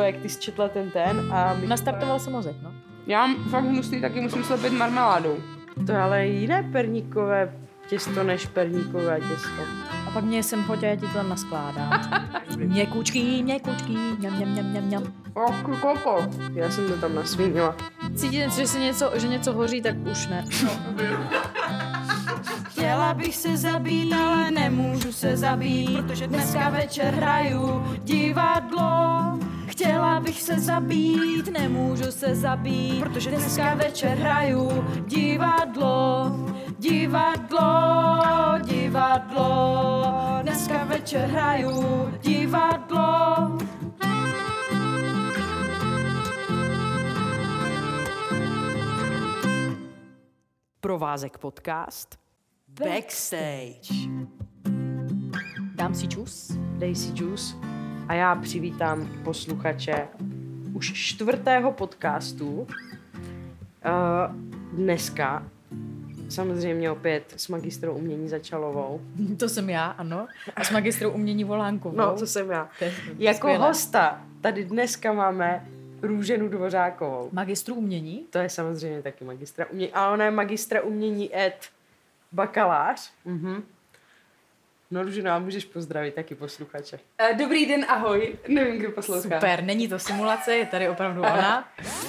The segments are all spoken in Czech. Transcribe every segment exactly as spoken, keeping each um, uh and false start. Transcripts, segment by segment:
to, jak ty jsi četla ten ten a... My... Nastartoval se mozek, no. Já mám fakt hnusný, taky musím slepit marmeládou. To je ale jiné perníkové těsto než perníkové těsto. A pak mě jsem chodila, já ti to tam naskládám. Měkučký, měkučký, mňam, mňam, mňam, mňam, mňam. Och, koko. Já jsem to tam nasvínila. Cítíte, že, se něco, že něco hoří, tak už ne. Chtěla bych se zabít, ale nemůžu se zabít, protože dneska večer hraju divadlo. Chtěla bych se zabít, nemůžu se zabít, protože dneska večer hraju divadlo. Divadlo, divadlo, dneska večer hraju divadlo. Provázek podcast Backstage. Dám si čus. Dej si džus. A já přivítám posluchače už čtvrtého podcastu. Uh, dneska samozřejmě opět s magistrou umění Začalovou. To jsem já, ano. A s magistrou umění Volánkovou. No, to jsem já. To je jako skvělé. hosta tady dneska máme Růženu Dvořákovou. Magistru umění? To je samozřejmě taky magistra umění. A ona je magistra umění et bakalář. Mhm. No, Růžena, můžeš pozdravit taky posluchače. Uh, dobrý den, ahoj. Nevím, kdo poslouchá. Super, není to simulace, je tady opravdu ona.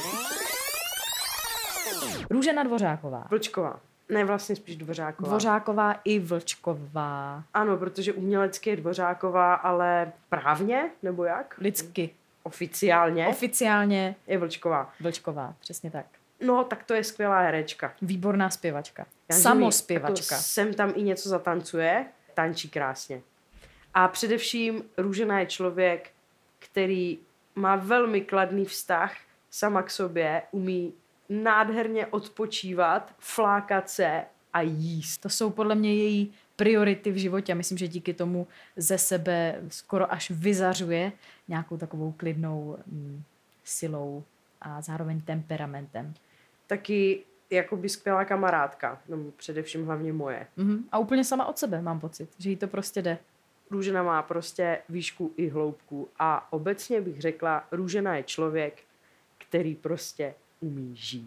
Růžena Dvořáková. Vlčková. Ne, vlastně spíš Dvořáková. Dvořáková i Vlčková. Ano, protože umělecky je Dvořáková, ale právně, nebo jak? Lidsky. Oficiálně Oficiálně je Vlčková. Vlčková, přesně tak. No, tak to je skvělá herečka. Výborná zpěvačka. Já Samospěvačka. Jako sem tam i něco zatancuje, tančí krásně. A především Růžena je člověk, který má velmi kladný vztah sama k sobě, umí nádherně odpočívat, flákat se a jíst. To jsou podle mě její priority v životě a myslím, že díky tomu ze sebe skoro až vyzařuje nějakou takovou klidnou mm, silou a zároveň temperamentem. Taky jakoby skvělá kamarádka, no, především hlavně moje. Mhm. A úplně sama od sebe mám pocit, že jí to prostě jde. Růžena má prostě výšku i hloubku a obecně bych řekla, Růžena je člověk, který prostě umí žít.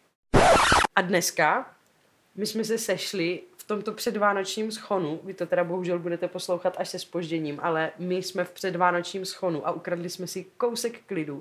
A dneska my jsme se sešli v tomto předvánočním schonu, vy to teda bohužel budete poslouchat až se zpožděním, ale my jsme v předvánočním schonu a ukradli jsme si kousek klidu.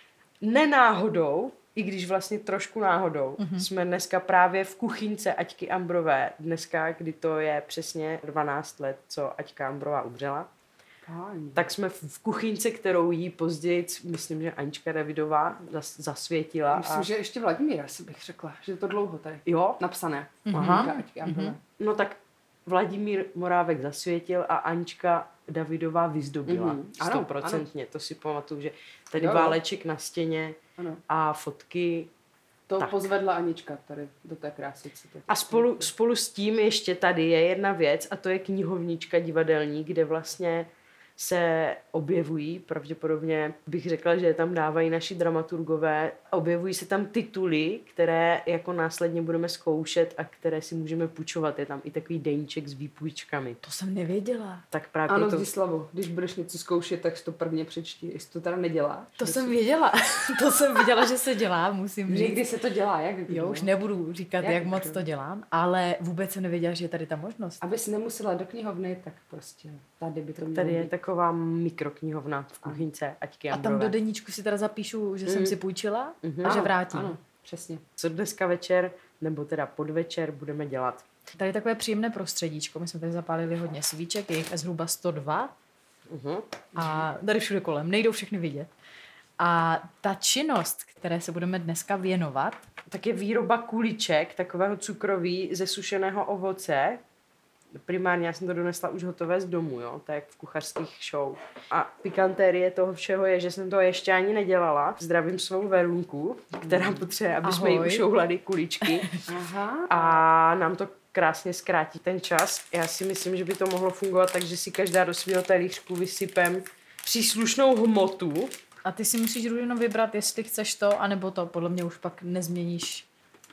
Nenáhodou, i když vlastně trošku náhodou, mm-hmm. jsme dneska právě v kuchyňce Aťky Ambrové, dneska, kdy to je přesně dvanáct let, co Aťka Ambrová umřela. Fajn. Tak jsme v kuchyňce, kterou jí později, myslím, že Anička Davidová zas, zasvětila. Myslím, a... že ještě Vladimíra si bych řekla, že je to dlouho tady. Jo? Napsané. Aha. Mm-hmm. No tak Vladimír Morávek zasvětil a Anička Davidová vyzdobila. Mm-hmm. Stoprocentně, to si pamatuju, že tady Jo, jo. váleček na stěně Ano. a fotky. To Tak. pozvedla Anička tady do té krásy. A spolu, spolu s tím ještě tady je jedna věc a to je knihovnička divadelní, kde vlastně se objevují, pravděpodobně bych řekla, že tam dávají naši dramaturgové, objevují se tam tituly, které jako následně budeme zkoušet a které si můžeme půjčovat. Je tam i takový deníček s výpůjčkami. To jsem nevěděla. Tak právě Ano, to... Zdislavo, když budeš něco zkoušet, tak si to prvně přečti, jestli to teda neděláš. To Že jsem si- věděla. To jsem věděla, že se dělá, musím říct. Někdy se to dělá, jak kdy, Jo, no? už nebudu říkat, Jak jak, jak moc kdy? to dělám, ale vůbec jsem nevěděla, že je tady ta možnost. Abys nemusela do knihovny, tak prostě tady by to mělo Tady je být. taková mikroknihovna v kuchyňce Aťky A Ambrové. tam do deníčku si teda zapíšu, že jsem Mm. si půjčila Mhm. a že Ano, vrátím. Ano, přesně. Co dneska večer, nebo teda podvečer budeme dělat? Tady je takové příjemné prostředíčko, my jsme tady zapálili hodně svíček, je jich zhruba sto dva Uh-huh. a tady všude kolem, nejdou všechny vidět. A ta činnost, které se budeme dneska věnovat, Tak je výroba kuliček, takového cukroví ze sušeného ovoce. Primárně já jsem to donesla už hotové z domu, jo, tak jak v kuchařských show. A pikantérie toho všeho je, že jsem to ještě ani nedělala. Zdravím svou Verunku, která potřebuje, aby jsme jí Ahoj. ušouhlali kuličky. Aha. A nám to krásně zkrátí ten čas. Já si myslím, že by to mohlo fungovat tak, že si každá do svého talířku vysypem příslušnou hmotu. a ty si musíš Růženo vybrat, jestli chceš to, anebo to, podle mě už pak nezměníš.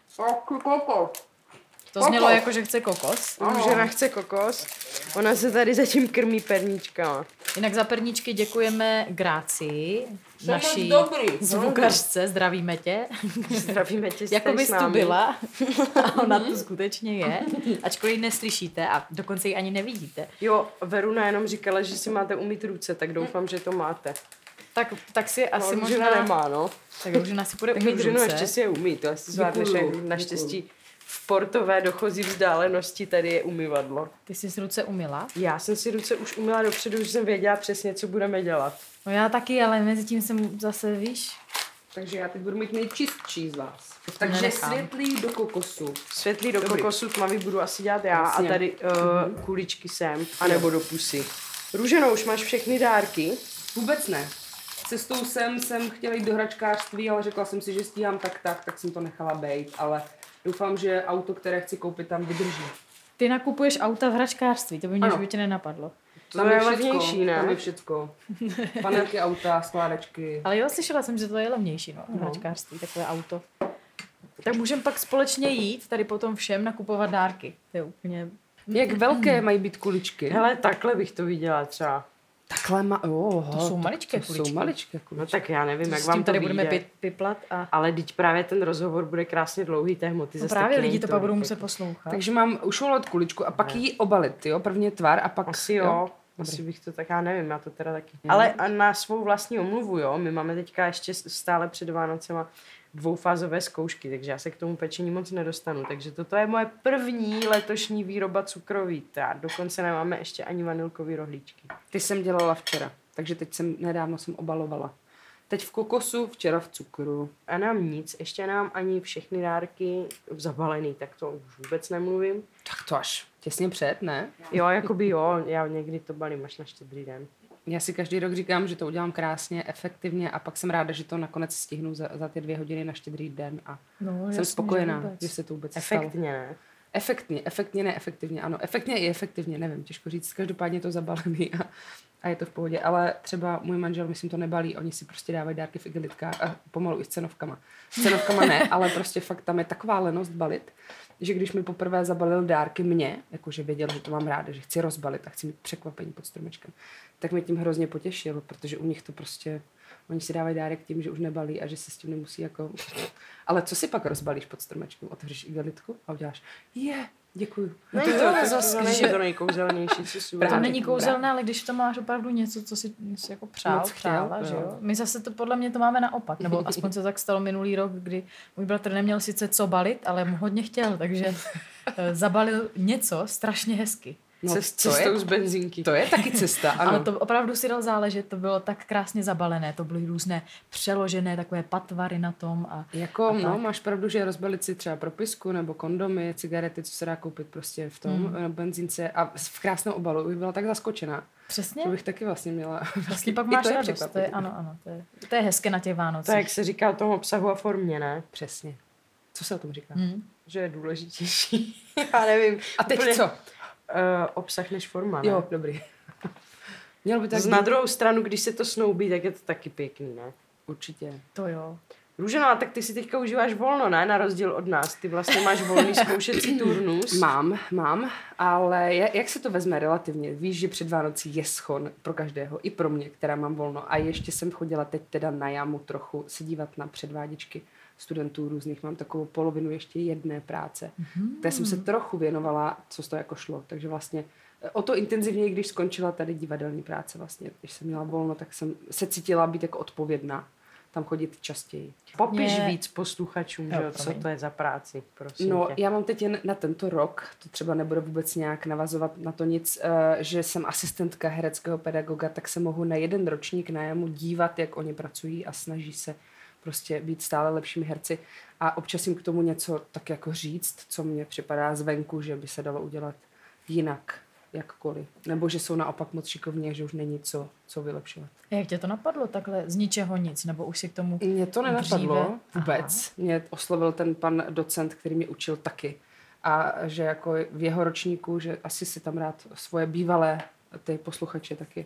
Koko. To Kokos. znělo jako, že chce kokos. Růžena chce kokos. Ona se tady zatím krmí perníčkama. Jinak za perníčky děkujeme Grácii, Jsem naší moc dobrý. zvukařce, zdravíme tě. Zdravíme tě, Jako jsi bys s tu námi. byla a ona tu skutečně je, ačkoliv ji neslyšíte a dokonce ji ani nevidíte. Jo, Veruna jenom říkala, že si máte umýt ruce, tak doufám, že to máte. Tak, tak si asi no, možná... nemá, no. Tak Růžena si bude Tak umýt Růženo ruce. ještě si je umýt, to asi zvládneš, Děkuju, jak naštěstí v portové dochozí vzdálenosti tady je umyvadlo. Ty jsi si ruce umyla? Já jsem si ruce už umyla dopředu, že jsem věděla přesně, co budeme dělat. No já taky, ale mezi tím jsem zase, víš... Takže já teď budu mít nejčistší z vás. Takže nenechám. světlý do kokosu. Světlý do Dobrý. kokosu, tmavý budu asi dělat já Jasně. a tady uh, kuličky sem, anebo do pusy. Růženo, už máš všechny dárky? Vůbec ne. Cestou sem jsem chtěla jít do hračkářství, ale řekla jsem si, že stíhám tak tak, tak jsem to nechala bejt, ale doufám, že auto, které chci koupit, tam vydrží. Ty nakupuješ auta v hračkářství, to by mě Ano. v životě nenapadlo. To je levnější, ne? Tam je všecko. Panelky auta, skládačky. Ale jo, slyšela jsem, že to je levnější, no, v hračkářství, takové auto. Tak můžeme pak společně jít tady potom všem nakupovat dárky. To je úplně... Jak velké mají být kuličky? Hele, takhle bych to viděla třeba. Takhle má... Oh, To jsou maličké to kuličky. jsou maličké No kuličky. tak já nevím, jak S vám tím to tady vyjde. budeme pi- piplat a... Ale teď právě ten rozhovor bude krásně dlouhý, té hmoty No zase právě taky lidi není to pak tolik, budou jako- muset poslouchat. Takže mám ušoulovat kuličku a pak ji obalit, jo? Prvně tvar a pak... Asi jo, jo? asi bych to tak, já nevím, já to teda taky. Ale a na svou vlastní omluvu, jo, my máme teďka ještě stále před Vánocema dvoufázové zkoušky, takže já se k tomu pečení moc nedostanu. Takže toto je moje první letošní výroba cukroví. A dokonce nemáme ještě ani vanilkový rohlíčky. Ty jsem dělala včera, takže teď jsem, nedávno jsem obalovala. Teď v kokosu, včera v cukru. A nám nic, ještě nám ani všechny dárky zabalený, tak to už vůbec nemluvím. Tak to až těsně před, ne? Jo, jakoby jo, já někdy to balím až na Štědrý den. Já si každý rok říkám, že to udělám krásně, efektivně a pak jsem ráda, že to nakonec stihnu za, za ty dvě hodiny na Štědrý den a No, jsem jasně, spokojená, že vůbec. že se to vůbec stalo. Efektně, ne? Efektně, efektně, ne efektivně, ano. Efektně i efektivně, nevím, těžko říct. Každopádně je to zabalený a, a je to v pohodě. Ale třeba můj manžel, myslím, to nebalí, oni si prostě dávají dárky v igelitkách a pomalu i s cenovkama. S cenovkama ne, ale prostě fakt tam je taková lenost balit, že když mi poprvé zabalil dárky mě, jakože věděl, že to mám ráda, že chci rozbalit a chci mít překvapení pod stromečkem, tak mě tím hrozně potěšilo, protože u nich to prostě, oni si dávají dárek tím, že už nebalí a že se s tím nemusí jako... Ale co si pak rozbalíš pod stromečkem? Otevřeš igelitku a uděláš, je, děkuju. No to to, jo, to, zas, to když není je- to nejkouzelnější, co si To Právě, není právě. kouzelné, ale když to máš opravdu něco, co si, co jako přál, Moc chtěl, přála, že jo. jo? My zase to podle mě to máme naopak, nebo aspoň se tak stalo minulý rok, kdy můj bratr neměl sice co balit, ale hodně chtěl, takže eh, zabalil něco strašně hezky. No, Cest, to, cestou je, z benzínky. to je taky cesta, ano. Ale to opravdu si dal záležet, to bylo tak krásně zabalené, to byly různé přeložené takové patvary na tom a Jako, a no, tak. máš pravdu, že rozbalit si třeba propisku nebo kondomy, cigarety, co se dá koupit prostě v tom Hmm. na benzínce a v krásném obalu bych byla tak zaskočená, přesně, že bych taky vlastně měla. vlastně pak I máš to je radost, to je, překvapení. ano, ano, to je, to je hezké na těch To je, Vánocích. jak se říká, o tom obsahu a formě, ne? Přesně. Co se o tom říká? Hmm. Že je důležitější. Já nevím. A teď úplně, co? Uh, obsah než forma, ne? Jo, dobrý. Mělo by tak Tak na být. druhou stranu, když se to snoubí, tak je to taky pěkný, ne? Určitě. To jo. Růžena, tak ty si teďka užíváš volno, ne? Na rozdíl od nás. Ty vlastně máš volný zkoušecí turnus. Mám, mám, ale jak, jak se to vezme relativně? Víš, že před Vánocí je schon pro každého, i pro mě, která mám volno. A ještě jsem chodila teď teda na jamu trochu se dívat na předváděčky studentů různých. Mám takovou polovinu ještě jedné práce, Mhm. které jsem se trochu věnovala, co z toho jako šlo. Takže vlastně o to intenzivněji, když skončila tady divadelní práce vlastně. Když jsem měla volno, tak jsem se cítila být jako odpovědná. Tam chodit častěji. Popiš Mě- víc posluchačům, Jo, že, jo, co promiň. to je za práci, prosím No, tě. já mám teď jen na tento rok, to třeba nebude vůbec nějak navazovat na to nic, eh, že jsem asistentka hereckého pedagoga, tak se mohu na jeden ročník nájmu dívat, jak oni pracují a snaží se prostě být stále lepšími herci a občas jim k tomu něco tak jako říct, co mně připadá zvenku, že by se dalo udělat jinak, jakkoliv. Nebo že jsou naopak moc šikovní, že už není co, co vylepšovat. A jak tě to napadlo takhle z ničeho nic, nebo už si k tomu... Mě to nenapadlo Dříve? vůbec. Mě oslovil ten pan docent, který mě učil taky. A že jako v jeho ročníku, že asi si tam rád svoje bývalé ty posluchače taky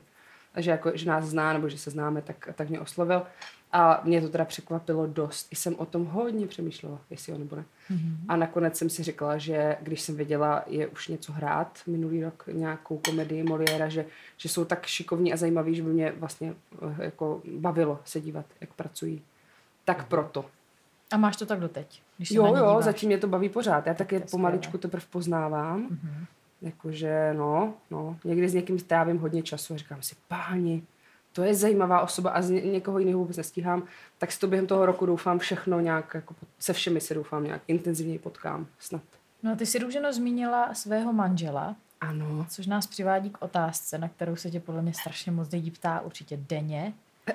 že, jako, že nás zná nebo že se známe, tak, tak mě oslovil. A mě to teda překvapilo dost. I jsem o tom hodně přemýšlela, jestli jo nebo ne. Mm-hmm. A nakonec jsem si řekla, že když jsem věděla, je už něco hrát minulý rok, nějakou komedii Moliéra, že, že jsou tak šikovní a zajímaví, že by mě vlastně jako bavilo se dívat, jak pracují. Tak mm-hmm. proto. A máš to tak doteď? Když se jo, na ně jo, díváš? zatím mě to baví pořád. Já tak je to pomaličku teprve poznávám. Mm-hmm. Jakože no, no, někdy s někým strávím hodně času a říkám si, páni, to je zajímavá osoba a z ně, někoho jiného vůbec nestíhám, tak si to během toho roku doufám všechno nějak, jako se všemi se doufám nějak intenzivněji potkám, snad. No ty jsi, Růženo, zmínila svého manžela, ano. Což nás přivádí k otázce, na kterou se tě podle mě strašně moc lidí ptá určitě denně.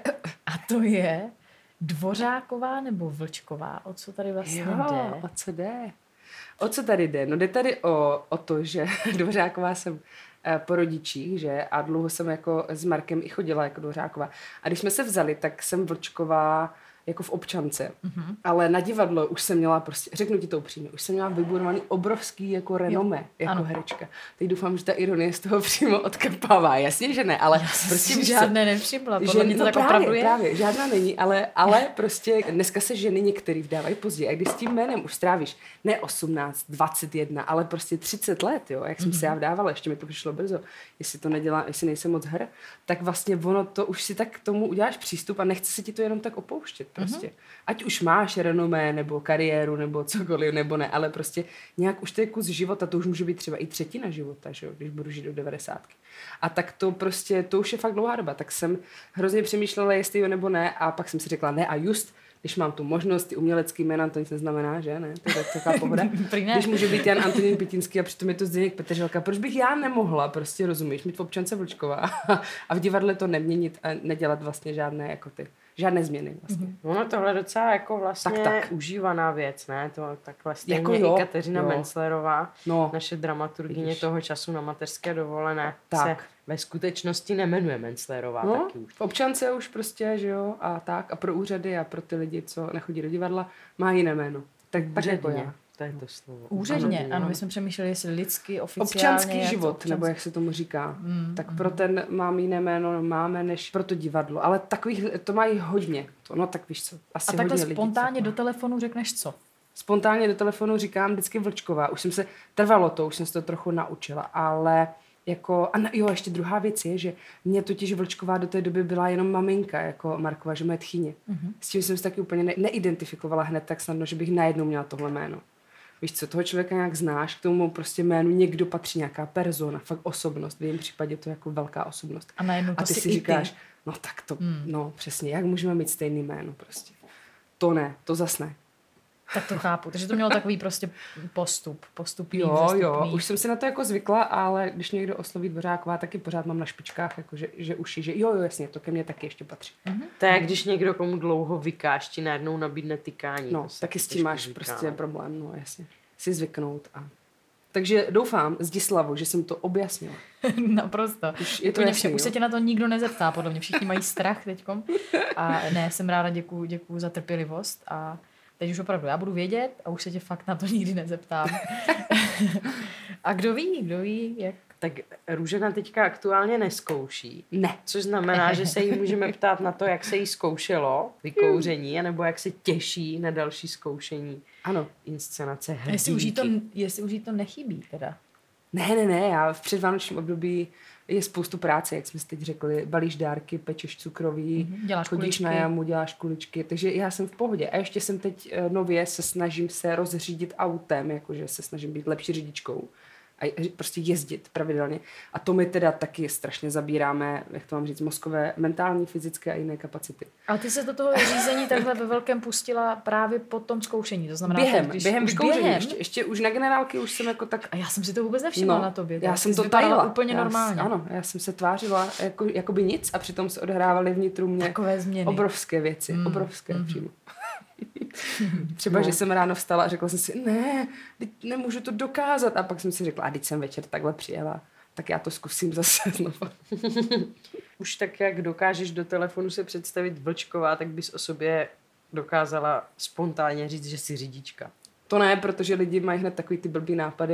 A to je Dvořáková nebo Vlčková? O co tady vlastně jo, jde? o co jde? O co tady jde? No jde tady o, o to, že Dvořáková jsem po rodičích, že? A dlouho jsem jako s Markem i chodila jako Dvořáková. A když jsme se vzali, tak jsem Vlčková jako v občance. Mm-hmm. Ale na divadlo už jsem měla prostě, řeknu ti to upřímně, už jsem měla vybudovaný obrovský jako renomé, jo, jako ano. herečka. Teď doufám, že ta ironie z toho přímo odkapává. Jasně, že ne, ale já prostě žádné nevšimla, podle že, mě to no tak právě, opravdu je. právě, žádná není, ale, ale prostě dneska se ženy některý vdávají později. A když s tím jménem už strávíš ne osmnáct, dvacet jedna, ale prostě třicet let, jo, jak jsem mm-hmm. se já vdávala, ještě mi to přišlo brzo, jestli to nedělá, jestli nejsem moc her, tak vlastně ono to už si tak k tomu uděláš přístup a nechce se ti to jenom tak opouštět prostě. Mm-hmm. Ať už máš renomé, nebo kariéru, nebo cokoliv, nebo ne, ale prostě nějak už to je kus života, to už může být třeba i třetina života, že jo, když budu žít do devadesátky. A tak to prostě, to už je fakt dlouhá doba, tak jsem hrozně přemýšlela, jestli jo nebo ne, a pak jsem si řekla, ne a just, když mám tu možnost, ty umělecký jména, to nic neznamená, že ne, to je taková pohoda. Když může být Jan Antonín Pitinský a přitom je to Zdeněk Petrželka, proč bych já nemohla, prostě rozumíš, mít v občance Vlčková a v divadle to neměnit a nedělat vlastně žádné jako ty. Žádné změny vlastně. Mm-hmm. No tohle je docela jako vlastně tak, tak. užívaná věc, ne? To takhle stejně jako jo, i Kateřina jo. Menclerová, no. naše dramaturgyně Vidíš. toho času na mateřské dovolené, tak. se ve skutečnosti nemenuje Menclerová no, taky už. V občance už prostě, že jo, a tak. A pro úřady a pro ty lidi, co nechodí do divadla, má jiné jméno. Tak, tak jako já. To je to slovo. Úředně, ano, ano, my jsme přemýšleli, jestli lidsky, oficiálně. Občanský život, občanský... nebo jak se tomu říká. Mm, tak mm. pro ten mám jiné jméno, máme než pro to divadlo. Ale takových, to mají hodně. To, no tak víš co, asi A takhle hodně spontánně lidí, do telefonu řekneš co? Spontánně do telefonu říkám vždycky Vlčková. Už jsem se, trvalo to, už jsem se to trochu naučila, ale jako, a jo, ještě druhá věc je, že mě totiž Vlčková do té doby byla jenom maminka, jako Markova, že moje tchyně. Mm-hmm. S tím jsem se taky úplně ne- neidentifikovala hned tak snadno, že bych najednou měla tohle jméno. Víš co, toho člověka nějak znáš, k tomu prostě jménu někdo patří, nějaká persona, fakt osobnost, v jejím případě to je jako velká osobnost. A najednou to a ty si říkáš, ty. no tak to, hmm. no přesně, jak můžeme mít stejný jméno prostě. To ne, to zas ne. Tak to chápu, takže to mělo takový prostě postup, postupný, Jo, zastupný. jo, už jsem si na to jako zvykla, ale když mě někdo osloví Dvořáková, taky pořád mám na špičkách, jako že, že uši, že jo, jo, jasně, to ke mně taky ještě patří. Mm-hmm. To je jak když někdo komu dlouho vykáš, ti najednou nabídne tykání. No, taky s tím máš zvyká. Prostě problém, no jasně. Si zvyknout a... Takže doufám, Zdislavu, že jsem to objasnila. Naprosto. Už, je to jasný, už se tě na to nikdo nezeptá, podle mě. Všichni mají strach teďkom. A ne, jsem ráda, děkuju, děkuju za trpělivost a teď už opravdu, já budu vědět a už se tě fakt na to nikdy nezeptám. A kdo ví, kdo ví, jak... Tak Růžena teďka aktuálně neskouší. Ne. Což znamená, že se jí můžeme ptát na to, jak se jí zkoušelo vykouření, anebo jak se těší na další zkoušení ano. inscenace Hrdinky. Jestli už jí to, jestli už jí to nechybí teda. Ne, ne, ne, já v předvánočním období je spoustu práce, jak jsme si teď řekli, balíš dárky, pečeš cukroví, mm-hmm. chodíš kuličky. Na jamu, děláš kuličky, takže já jsem v pohodě. A ještě jsem teď nově se snažím se rozřídit autem, jakože se snažím být lepší řidičkou a prostě jezdit pravidelně. A to my teda taky strašně zabíráme, jak to mám říct, mozkové, mentální, fyzické a jiné kapacity. Ale ty se do toho řízení takhle ve velkém pustila právě po tom zkoušení, to znamená... Během, když během už vykouření, během? ještě, ještě už na generálky už jsem jako tak... A já jsem si to vůbec nevšimla no, na tobě. Já tak jsem to vypadala tajila. úplně já, normálně. Ano, já jsem se tvářila jako, jako by nic a přitom se odehrávaly vnitru mě takové změny. Obrovské věci, mm. obrovské mm. přímo. Třeba, no. že jsem ráno vstala a řekla jsem si, ne, teď nemůžu to dokázat. A pak jsem si řekla, a teď jsem večer takhle přijela, tak já to zkusím zase znovu. Už tak, jak dokážeš do telefonu se představit Vlčková, tak bys o sobě dokázala spontánně říct, že jsi řidička. To ne, protože lidi mají hned takový ty blbý nápady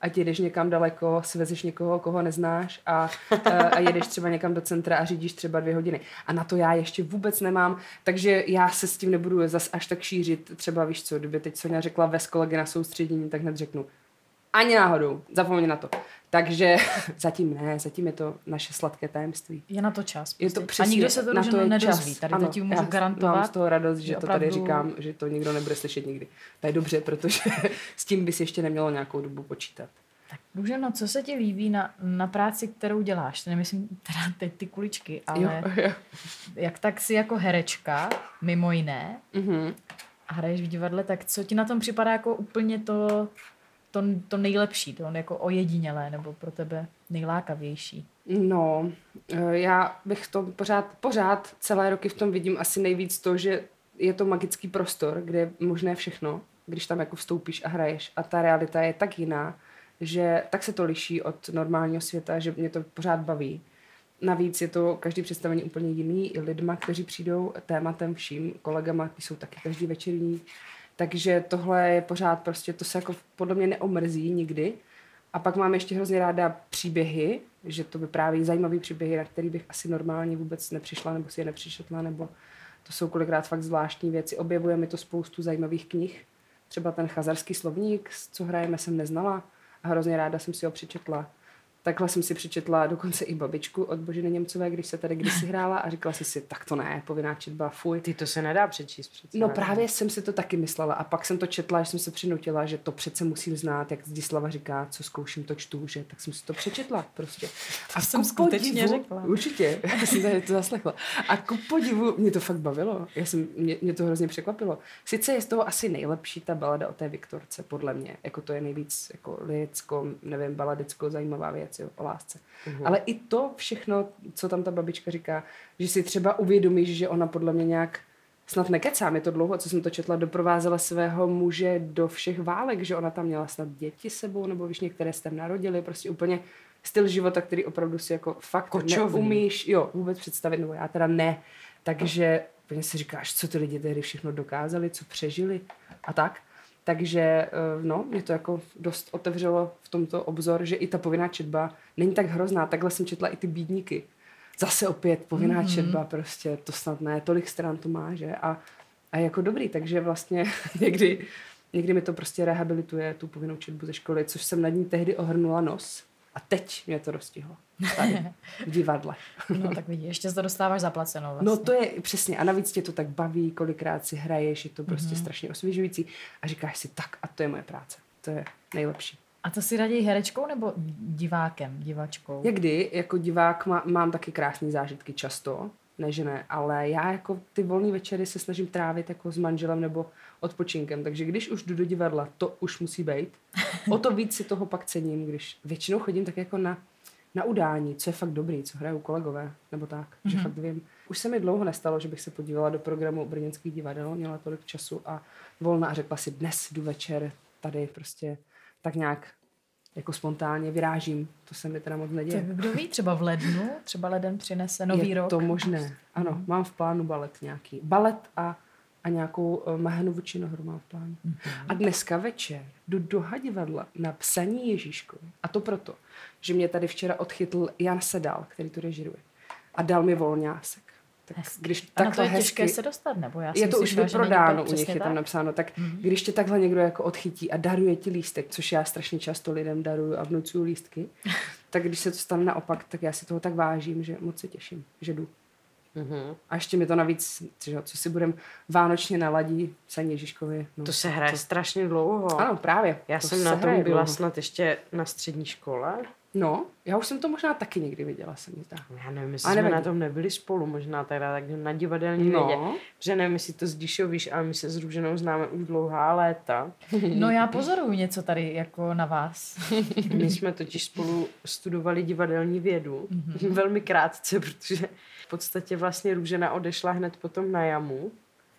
ať jedeš někam daleko, svezeš někoho, koho neznáš a, a jedeš třeba někam do centra a řídíš třeba dvě hodiny. A na to já ještě vůbec nemám, takže já se s tím nebudu zas až tak šířit. Třeba víš co, kdyby teď Soňa řekla vez kolegy na soustředění, tak hned řeknu ani náhodou, zapomeň na to. Takže zatím ne, zatím je to naše sladké tajemství. Je na to čas. Prostě. Je to přesně, a nikdo se to na to Růženo je nedozví. čas. Tady ano, to ti můžu já garantovat. mám z toho radost, že opravdu... to tady říkám, že to nikdo nebude slyšet nikdy. To je dobře, protože s tím bys ještě nemělo nějakou dobu počítat. Tak Růženo, co se ti líbí na, na práci, kterou děláš? Nemyslím teda teď ty kuličky, ale Jo, jo. jak tak si jako herečka, mimo jiné, Mhm. a hraješ v divadle, tak co ti na tom připadá jako úplně to, to, to nejlepší, to jako ojedinělé, nebo pro tebe nejlákavější? No, eh, já bych to pořád, pořád celé roky v tom vidím asi nejvíc to, že je to magický prostor, kde je možné všechno, když tam jako vstoupíš a hraješ a ta realita je tak jiná, že tak se to liší od normálního světa, že mě to pořád baví. Navíc je to každý představení úplně jiný, i lidma, kteří přijdou, tématem vším, kolegama, ty jsou taky každý večer jiní. Takže tohle je pořád prostě, to se jako podle mě neomrzí nikdy. A pak mám ještě hrozně ráda příběhy, že to vypráví zajímavý příběhy, na který bych asi normálně vůbec nepřišla, nebo si je nepřišetla, nebo to jsou kolikrát fakt zvláštní věci. Objevuje mi to spoustu zajímavých knih. Třeba ten chazarský slovník, co hrajeme, jsem neznala a hrozně ráda jsem si ho přečetla. Takhle jsem si přečetla dokonce i Babičku od Boženy Němcové, když se tady kdysi hrála a říkala jsem si, tak to ne, povinná četba, fuj. Ty to se nedá přečíst přece. No ne? právě jsem si to taky myslela a pak jsem to četla, že jsem se přinutila, že to přece musím znát, jak Zdislava říká, co zkouším, to čtu, že tak jsem si to přečetla prostě. A jsem ku skutečně řekla. Určitě, já jsem tady to zaslechla. A ku podivu, mě to fakt bavilo, já jsem, mě, mě to hrozně překvapilo. Sice je z toho asi nejlepší ta balada o té Viktorce, podle mě, jako to je nejvíc jako lidsko, nevím, baladicko zajímavá věc, jo, o lásce. Mhm. Ale i to všechno, co tam ta babička říká, že si třeba uvědomíš, že ona podle mě nějak, snad nekecám, je to dlouho, co jsem to četla, doprovázela svého muže do všech válek, že ona tam měla snad děti sebou, nebo víš, některé se tam narodily, prostě úplně styl života, který opravdu si jako fakt Kočovný. neumíš, jo, vůbec představit, nebo já teda ne. Takže úplně si říkáš, co ty lidi tehdy všechno dokázali, co přežili a tak. Takže no, mě to jako dost otevřelo v tomto obzor, že i ta povinná četba není tak hrozná. Takhle jsem četla i ty bídníky. Zase opět povinná mm-hmm. četba, prostě to snad ne, tolik stran to má, že? A, a jako dobrý, takže vlastně někdy, někdy mi to prostě rehabilituje tu povinnou četbu ze školy, což jsem nad ní tehdy ohrnula nos. A teď mě to dostihlo. Tady, v divadle. No tak vidíš, ještě se to dostáváš zaplacenou vlastně. No to je přesně. A navíc tě to tak baví, kolikrát si hraješ, je to prostě mm-hmm. strašně osvěžující. A říkáš si, tak a to je moje práce. To je nejlepší. A to si raději herečkou nebo divákem, divačkou? Někdy jako divák má, mám taky krásné zážitky často, ne že ne, ale já jako ty volné večery se snažím trávit jako s manželem nebo odpočinkem, takže když už jdu do divadla, to už musí být. O to víc si toho pak cením, když většinou chodím tak jako na, na udání, co je fakt dobrý, co hrajou kolegové, nebo tak, mm-hmm. že fakt vím. Už se mi dlouho nestalo, že bych se podívala do programu brněnských divadel, měla tolik času a volna a řekla si, dnes jdu večer tady prostě tak nějak jako spontánně vyrážím. To se mi teda moc neděje. Tak kdo ví, třeba v lednu, třeba leden přinese nový je rok. Je to možné. Ano, mm. mám v plánu balet nějaký. Balet a, a nějakou uh, Mahenovu činohru mám v plánu. Mm. A dneska večer jdu do Hadivadla na psaní Ježíškovi. A to proto, že mě tady včera odchytl Jan Sedal, který to režiruje. A dal mi volňásek. Tak když a na to je hezky, těžké se dostat, nebo já si je to myslím, už vyprodáno, u nich je tak? tam napsáno, tak mm-hmm. když tě takhle někdo jako odchytí a daruje ti lístek, což já strašně často lidem daruju a vnucuju lístky, tak když se to stane naopak, tak já si toho tak vážím, že moc se těším, že jdu. Mm-hmm. A ještě mi to navíc, co, co si budem vánočně naladí psaní Ježíškovi. No, to se hraje to... strašně dlouho. Ano, právě. Já to jsem na tom byla dlouho. snad ještě na střední škole. No, já už jsem to možná taky někdy viděla, se mi zdá. Já nevím, jestli jsme na tom nebyli spolu, možná teda tak na divadelní no. vědě. Protože nevím, jestli to zdišovíš, ale my se s Růženou známe už dlouhá léta. No já pozoruju něco tady jako na vás. My jsme totiž spolu studovali divadelní vědu. Mm-hmm. Velmi krátce, protože v podstatě vlastně Růžena odešla hned potom na Jamu.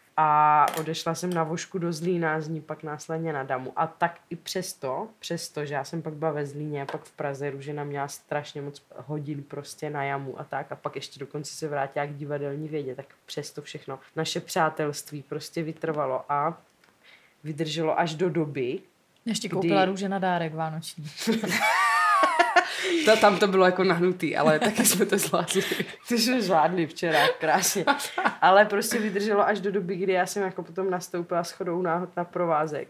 A odešla jsem na Vošku do Zlína, z ní pak následně na Damu. A tak i přesto, přesto, že já jsem pak byla ve Zlíně a pak v Praze, Růžena měla strašně moc hodin prostě na Jamu a tak. A pak ještě dokonce se vrátila k divadelní vědě, tak přesto všechno. Naše přátelství prostě vytrvalo a vydrželo až do doby, Ještě koupila růže na dárek vánoční. To, tam to bylo jako nahnutý, ale taky jsme to zvládli. Ty jsme zvládli včera, krásně. Ale prostě vydrželo až do doby, kdy já jsem jako potom nastoupila shodou náhod na provázek.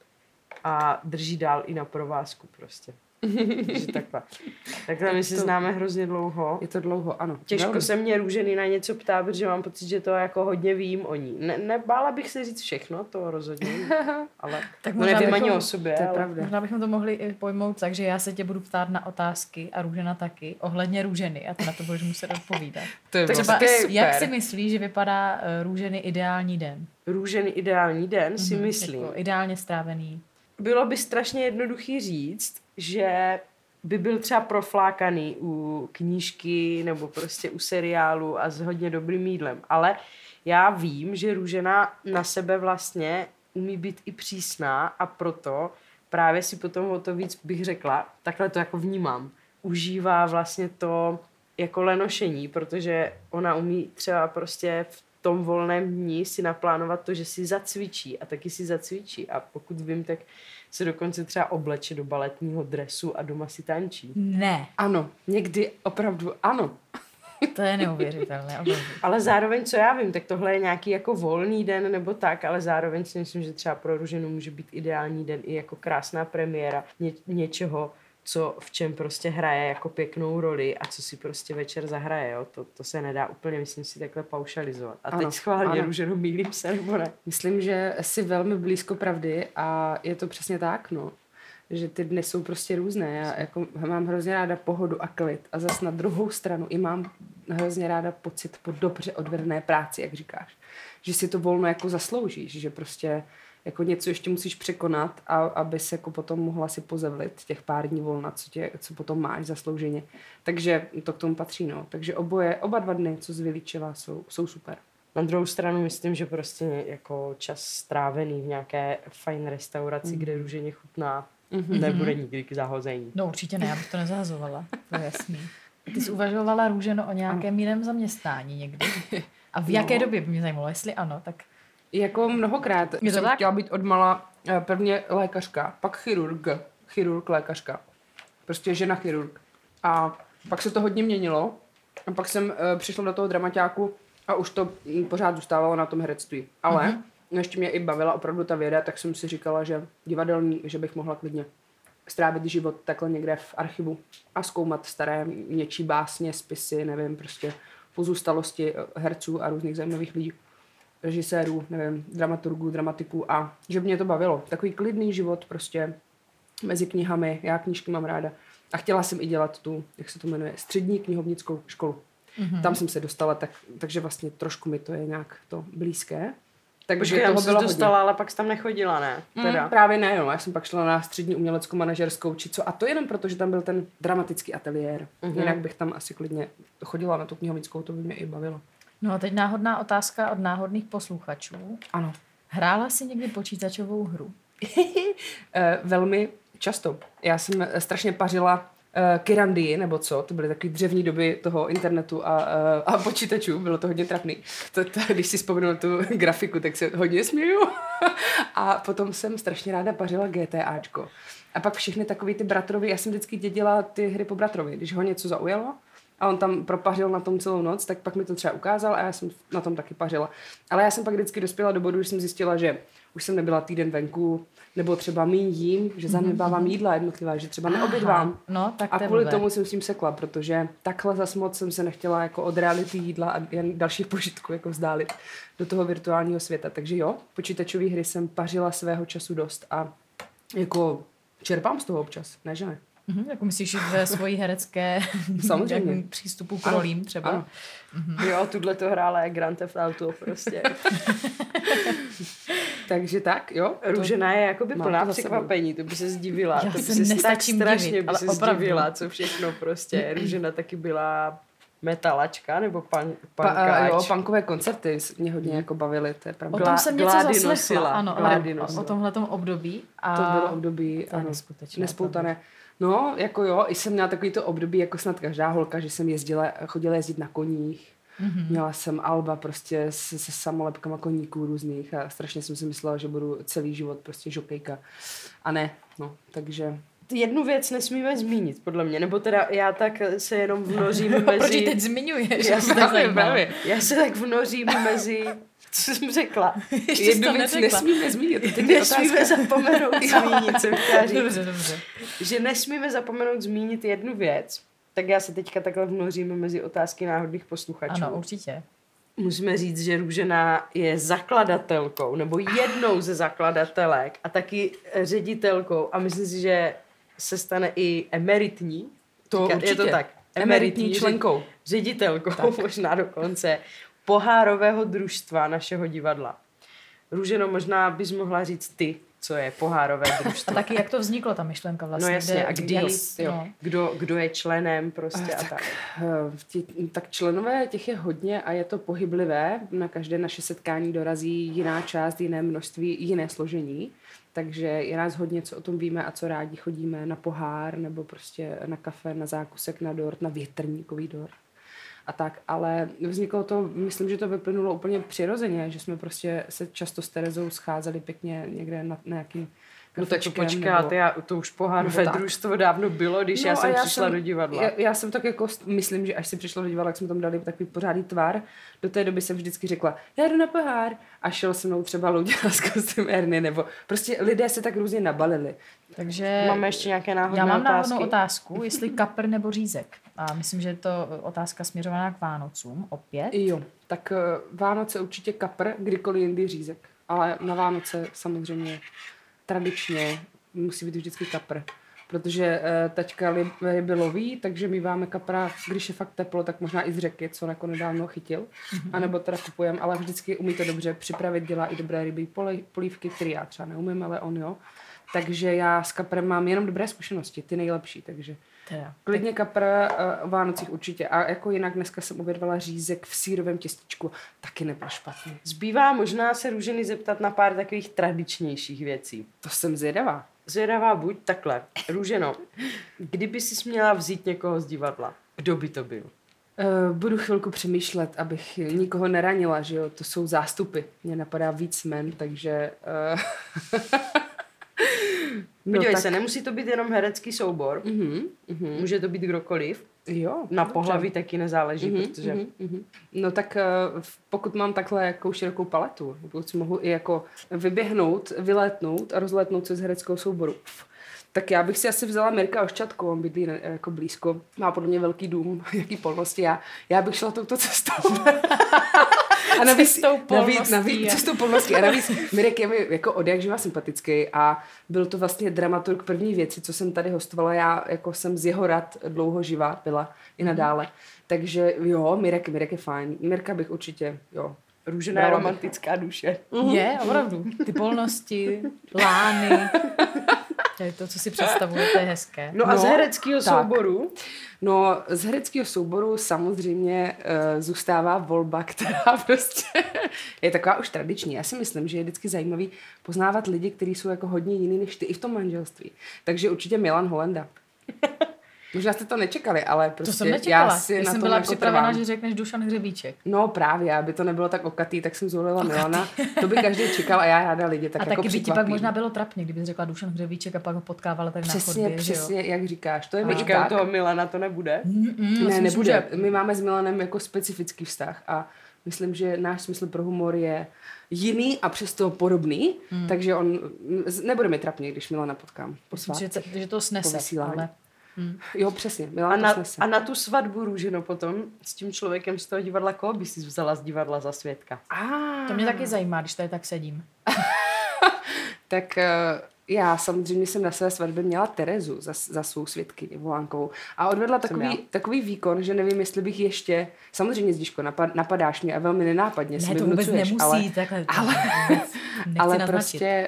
A drží dál i na provázku prostě. Takže takhle. Takhle my si to, známe hrozně dlouho. Je to dlouho, ano. Těžko Velmi. se mě Růženy na něco ptá, protože mám pocit, že to jako hodně vím o ní. Ne, nebála bych se říct všechno, to rozhodně. Ale tak no nevím ani bychom, o sobě. To je ale... pravda. Možná bychom to mohli i pojmout tak, že já se tě budu ptát na otázky a Růžena taky, ohledně Růženy a ty na to budeš muset odpovídat. To je Třeba, super. jak si myslíš, že vypadá uh, Růženy ideální den? Růženy ideální den si Mhm, myslím. Jako ideálně strávený. Bylo by strašně jednoduchý říct, že by byl třeba proflákaný u knížky nebo prostě u seriálu a s hodně dobrým jídlem. Ale já vím, že Růžena na sebe vlastně umí být i přísná a proto právě si potom o to víc bych řekla, takhle to jako vnímám, užívá vlastně to jako lenošení, protože ona umí třeba prostě v tom volném dní si naplánovat to, že si zacvičí a taky si zacvičí a pokud vím, tak se dokonce třeba obleče do baletního dresu a doma si tančí. Ne. Ano, někdy opravdu ano. To je neuvěřitelné. Opravdu. Ale zároveň, co já vím, tak tohle je nějaký jako volný den nebo tak, ale zároveň si myslím, že třeba pro Růženu může být ideální den i jako krásná premiéra ně, něčeho, co v čem prostě hraje jako pěknou roli a co si prostě večer zahraje, jo? To, to se nedá úplně, myslím si, takhle paušalizovat. A Ano, teď schválně, ano. Růženo, mýlím se, nebo ne? Myslím, že jsi velmi blízko pravdy a je to přesně tak, no. Že ty dny jsou prostě různé. Já jako mám hrozně ráda pohodu a klid a zas na druhou stranu i mám hrozně ráda pocit po dobře odvedené práci, jak říkáš. Že si to volno jako zasloužíš, že prostě jako něco ještě musíš překonat, a aby se jako potom mohla si pozevlit těch pár dní volna, co, tě, co potom máš zaslouženě. Takže to k tomu patří, no. Takže oboje, oba dva dny, co jsi vylíčila, jsou, jsou super. Na druhou stranu myslím, že prostě jako čas strávený v nějaké fajn restauraci, mm. kde Růženě chutná, mm-hmm. nebude nikdy k zahození. No určitě ne, já bych to nezahazovala. To je jasný. Ty jsi uvažovala, Růženo, o nějakém jiném zaměstnání někdy? A v No. jaké době by mě zajímalo? Jestli ano, tak... Jako mnohokrát Je to jsem tak? chtěla být odmala eh, prvně lékařka, pak chirurg, chirurg, lékařka. Prostě žena chirurg. A pak se to hodně měnilo. A pak jsem uh, přišla do toho dramaťáku a už to mm, pořád zůstávalo na tom herectví. Ale mm-hmm. ještě mě i bavila opravdu ta věda, tak jsem si říkala, že divadelní, že bych mohla klidně strávit život takhle někde v archivu a zkoumat staré něčí básně, spisy, nevím, prostě pozůstalosti herců a různých zajímavých lidí, režisérů, nevím, dramaturgů, dramatiků a že by mě to bavilo. Takový klidný život prostě mezi knihami, já knížky mám ráda. A chtěla jsem i dělat tu, jak se to jmenuje, střední knihovnickou školu. Mm-hmm. Tam jsem se dostala, tak, takže vlastně trošku mi to je nějak to blízké. Takže Počkej, toho jsi bylo dostala, hodně. ale pak jsi tam nechodila, ne? Teda. Mm, právě ne, no. Já jsem pak šla na střední uměleckou manažerskou či co. A to jenom proto, že tam byl ten dramatický ateliér. Mm-hmm. Jinak bych tam asi klidně chodila na tu knihovnickou, to by mě i bavilo. No a teď náhodná otázka od náhodných posluchačů. Ano. Hrála jsi někdy počítačovou hru? e, velmi často. Já jsem strašně pařila e, Kyrandii, nebo co, to byly takové dřevní doby toho internetu a, e, a počítačů, bylo to hodně trapný. To, to, když si vzpomenu na tu grafiku, tak se hodně směju. A potom jsem strašně ráda pařila GTAčko. A pak všechny takový ty bratrovy, já jsem vždycky dědila ty hry po bratrovi, když ho něco zaujalo a on tam propařil na tom celou noc, tak pak mi to třeba ukázal a já jsem na tom taky pařila. Ale já jsem pak vždycky dospěla do bodu, že jsem zjistila, že už jsem nebyla týden venku, nebo třeba míň jím, že zanedbávám jídla jednotlivá, že třeba neobědvám. No, tak a to je kvůli blbé. tomu jsem s tím sekla, protože takhle zas moc jsem se nechtěla jako od reality jídla a jen dalších požitků jako vzdálit do toho virtuálního světa. Takže jo, počítačové hry jsem pařila svého času dost a jako čerpám z toho občas, ne že ne? Mhm, jako myslíš ve svojí herecké Samozřejmě. jako přístupu k rolím třeba? Ano. Mm-hmm. Jo, tuhle to hrála jak Grand Theft Auto prostě. Takže tak, jo. Růžena je jakoby mám plná to za sebou. překvapení, to by se zdivila. Já to by se se tak nestačím strašně divit, by ale se opravdu. zdivila, co všechno prostě. Růžena taky byla metalačka nebo pan, Pa, a, pankáč. jo, punkové koncerty mě hodně jako bavily, to je O pravda. Glá- tom jsem něco Glády zaslechla, nosila, ano, Glády ale nosila. o tomhletom období. A To bylo období, to je ano, neskutečné, nespoutané. No, jako jo, i jsem měla takový to období, jako snad každá holka, že jsem jezdila, chodila jezdit na koních, Mm-hmm. Měla jsem alba prostě se, se samolepkama koníků různých a strašně jsem si myslela, že budu celý život prostě žokejka. A ne, no, takže... Jednu věc nesmíme zmínit, podle mě, nebo teda já tak se jenom vnořím mezi... Proč ji teď zmiňuješ? Já se, tak, já se tak vnořím mezi... Co jsem řekla? Jednu věc nesmíme zmínit. Nesmíme zapomenout zmínit, jsem chtěla říct. Dobře, dobře. Že nesmíme zapomenout zmínit jednu věc, tak já se teďka takhle vnořím mezi otázky náhodných posluchačů. Ano, určitě. Musíme říct, že Růžena je zakladatelkou, nebo jednou ze zakladatelek a taky ředitelkou a myslím si, že se stane i emeritní. To Říká, určitě. Je to tak. Emeritní, emeritní členkou. Ředitelkou, tak. Možná dokonce pohárového družstva našeho divadla. Růženo, možná bys mohla říct ty, co je pohárové družstvo. A taky jak to vzniklo, ta myšlenka vlastně. No jasně, kde, a kdy, jas, jo, no. kdo, kdo je členem prostě a, a tak. tak. Tě, tak členové těch je hodně a je to pohyblivé. Na každé naše setkání dorazí jiná část, jiné množství, jiné složení. Takže je nás hodně, co o tom víme a co rádi chodíme na pohár nebo prostě na kafe, na zákusek, na dort, na větrníkový dort. A tak, ale vzniklo to, myslím, že to vyplynulo úplně přirozeně, že jsme prostě se často s Terezou scházeli pěkně někde na nějakým No tak kafečkem, počkat, nebo... já, to už pohárové družstvo dávno bylo, když no, já jsem já přišla jsem, do divadla. Já, já jsem tak jako, myslím, že až si přišla do divadla, jak jsme tam dali takový pořádný tvar, do té doby jsem vždycky řekla, já jdu na pohár a šel se mnou třeba Luděla z kostymérny, nebo prostě lidé se tak různě nabalili. Takže máme ještě nějaké náhodné já mám otázky? náhodnou otázku, jestli kapr nebo řízek. A myslím, že je to otázka směřovaná k Vánocům opět. Jo, tak uh, Vánoce určitě kapr, kdykoliv jindy řízek. Ale na Vánoce samozřejmě tradičně musí být vždycky kapr. Protože uh, taťka ryby loví, takže my máme kapra, když je fakt teplo, tak možná i z řeky, co jako nedávno chytil. Mm-hmm. A nebo teda kupujeme, ale vždycky umí to dobře připravit, dělá i dobré ryby polívky, které já třeba neumím, ale on jo. Takže já s kaprem mám jenom dobré zkušenosti, ty nejlepší, takže teda. klidně kapr uh, o Vánocích určitě. A jako jinak dneska jsem obědvala řízek v sírovém těstičku, taky nebyl špatný. Zbývá možná se Růženy zeptat na pár takových tradičnějších věcí. To jsem zvědavá. Zvědavá buď takhle. Růženo, kdyby si měla vzít někoho z divadla, kdo by to byl? Uh, budu chvilku přemýšlet, abych nikoho neranila, že jo, to jsou zástupy. Mně napadá víc men, takže... Uh... No, podívej tak... se, nemusí to být jenom herecký soubor. Uh-huh, uh-huh. Může to být kdokoliv. Jo. Na pohlaví taky nezáleží, uh-huh, protože... Uh-huh, uh-huh. No tak uh, pokud mám takhle jako širokou paletu, pokud si mohu i jako vyběhnout, vylétnout a rozlétnout se z hereckého souboru, tak já bych si asi vzala Mirka Oščatku, on bydlí jako blízko, má podle mě velký dům, jaký polnosti, já, já bych šla touto cestou. A navíc, cestou polností. Navíc, navíc, cestou polností. A navíc Mirek je mi jako od jak živa sympatický a byl to vlastně dramaturg první věci, co jsem tady hostovala. Já jako jsem z jeho rad dlouho živá byla i nadále. Takže jo, Mirek, Mirek je fajn. Mirka bych určitě, jo. Růžena je romantická duše. Uh-huh. Je, opravdu. Ty polnosti, lány. To je to, co si představuje, to je hezké. No a z hereckého souboru? No, z hereckého souboru samozřejmě uh, zůstává volba, která prostě je taková už tradiční. Já si myslím, že je vždycky zajímavý poznávat lidi, kteří jsou jako hodně jiný než ty i v tom manželství. Takže určitě Milan Holenda. Možná jste to nečekali, ale prostě to jsem nečekala. já si já na jsem tom byla jako připravena, trvám. že řekneš Dušan Hřebíček. No právě, aby to nebylo tak okatý, tak jsem zvolila okatý. Milana. To by každý čekal a já ráda lidi tak a jako taky by ti překvapím. pak možná bylo trapně, kdyby řekla Dušan Hřebíček a pak ho potkávala tak přesně, na chodbě. Přesně, jak říkáš. To je mi Počkej, u toho Milana to nebude? Mm, mm, ne, nebude. Že... My máme s Milanem jako specifický vztah a myslím, že náš smysl pro humor je jiný a přesto podobný, hmm. takže on nebude mi trapně, když Milana potkám po svátcích. Že, že to snese, ale... Hmm. Jo, přesně. Milan a, na, to snese. a na tu svatbu Růženo potom s tím člověkem z toho divadla, koho by si vzala z divadla za svědka? Ah. To mě taky zajímá, když tady tak sedím. Tak uh, já samozřejmě jsem na své svatbě měla Terezu za, za svou svědkyni Volánkovou a odvedla takový, takový výkon, že nevím, jestli bych ještě, samozřejmě Zdiško, napad, napadáš mě a velmi nenápadně ne, si to vnucuješ, vůbec nemusí, ale, takhle, ale, ale prostě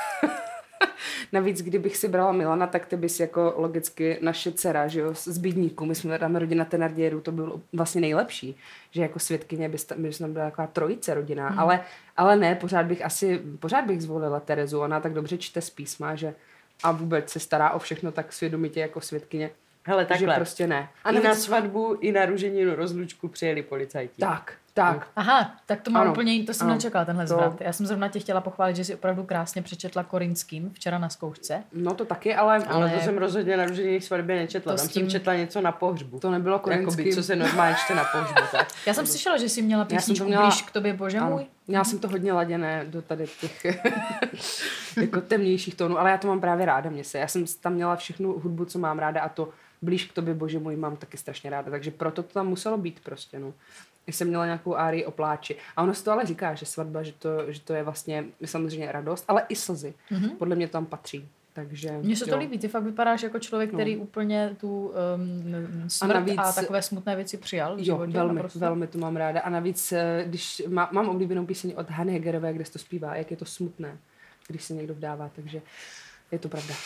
navíc, kdybych si brala Milana, tak ty bys jako logicky naše dcera, že jo, z Bídníku, my jsme tam rodina Tenardierů, to bylo vlastně nejlepší, že jako svědkyně bys tam, bys tam byla taková trojice rodina, hmm. ale, ale ne, pořád bych asi, pořád bych zvolila Terezu, ona tak dobře čte z písma, že a vůbec se stará o všechno tak svědomitě jako svědkyně, Hele, že takhle. prostě ne. A i na svatbu, i na růženinu rozlučku přijeli policajti. Tak, tak. Aha, tak to mám Ano. úplně, to jsem Ano. nečekala, tenhle To- zvrat. Já jsem zrovna tě chtěla pochválit, že jsi opravdu krásně přečetla Korinským včera na zkoušce. No to taky, ale, Ale, Ale- to jsem rozhodně na růženině svatbě nečetla. To Tam s tím- jsem četla něco na pohřbu. to nebylo Jakoby, korinským. co se normálně čte na pohřbu, tak? Já jsem slyšela, že jsi měla jsem to písničku měla- Blíž k tobě, bože Ano. můj. Já jsem to hodně laděné do tady těch jako temnějších tónů, ale já to mám právě ráda, mě se. Já jsem tam měla všechnu hudbu, co mám ráda a to Blíž k tobě, bože můj, mám taky strašně ráda, takže proto to tam muselo být prostě, no. Já jsem měla nějakou árii o pláči. A ono se to ale říká, že svatba, že to, že to je vlastně samozřejmě radost, ale i slzy. Mhm. Podle mě to tam patří. Takže, Mně se to jo. líbí, ty fakt vypadáš jako člověk, No. který úplně tu um, smrt a, navíc- a takové smutné věci přijal v Jo, životě. velmi, naprosto. velmi to mám ráda. A navíc, eh, když má, mám oblíbenou píseň od Hany Hegerové, kde se to zpívá, jak je to smutné, když se někdo vdává, takže je to pravda.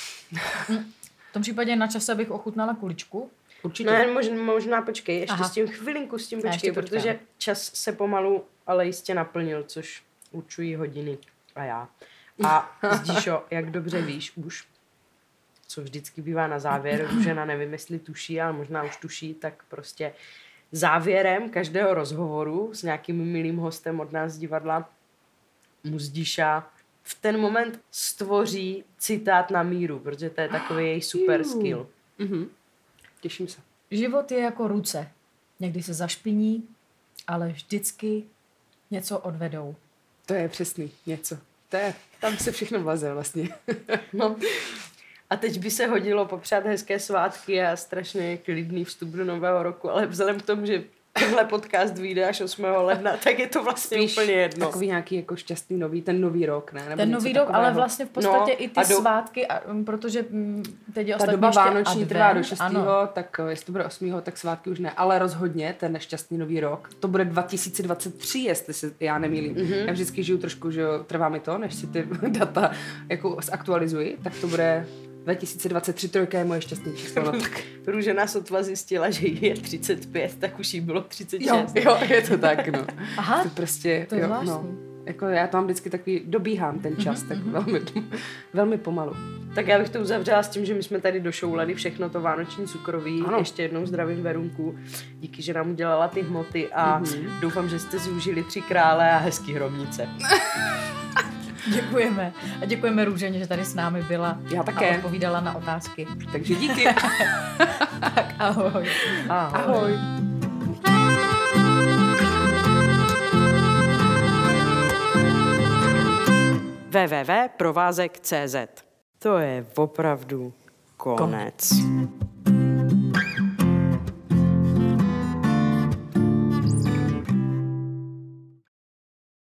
V tom případě je na čase, abych ochutnala kuličku. Určitě. No jen možná, možná počkej, ještě Aha. s tím chvilinku s tím Já počkej, ještě počkám. protože čas se pomalu, ale jistě naplnil, což určují hodiny a já. A Zdíšo, jak dobře víš už, co vždycky bývá na závěr, žena nevím, jestli tuší, ale možná už tuší, tak prostě závěrem každého rozhovoru s nějakým milým hostem od nás z divadla mu Zdíša v ten moment stvoří citát na míru, protože to je takový její super skill. Mhm. Těším se. Život je jako ruce. Někdy se zašpiní, ale vždycky něco odvedou. To je přesný něco. To je, tam se všechno vleze vlastně. No. A teď by se hodilo popřát hezké svátky a strašně klidný vstup do nového roku, ale vzhledem k tomu, že tenhle podcast vyjde až osmého ledna, tak je to vlastně Spíš úplně jedno. Takový nějaký jako šťastný nový, ten nový rok, ne? Nebo Ten něco nový rok, takového. ale vlastně v podstatě No, i ty a do- svátky, a, um, protože mm, teď je Ta ostatně doba ještě vánoční advent, trvá do šestého ano. tak eh, jestli to bude osmého tak svátky už ne. Ale rozhodně ten nešťastný nový rok, to bude dva tisíce dvacet tři, jestli se já nemýlím. Mhm. Mm-hmm. Já vždycky žiju trošku, že jo, trvá mi to, než si ty data jako zaktualizuji, tak to bude dva tisíce dvacet tři, trojka je moje šťastný číslo. No, tak. Růžena sotva zjistila, že jí je třicet pět, tak už jí bylo třicet šest. Jo, jo, je to tak, no. Aha, To prostě, to je jo, zvláštní. no. Jako já tam vždycky takový, dobíhám ten čas, mm-hmm. tak velmi, velmi pomalu. Tak já bych to uzavřela s tím, že my jsme tady došoulali všechno to vánoční cukroví. Ano. Ještě jednou zdravím Verunku. Díky, že nám udělala ty hmoty a Mhm. doufám, že jste si užili tři krále a hezký hrobnice. Děkujeme. A děkujeme Růženě, že tady s námi byla Já a také, odpovídala na otázky. takže díky. Tak ahoj. Ahoj. Ahoj. w w w tečka provázek tečka cé zet. To je opravdu konec. konec.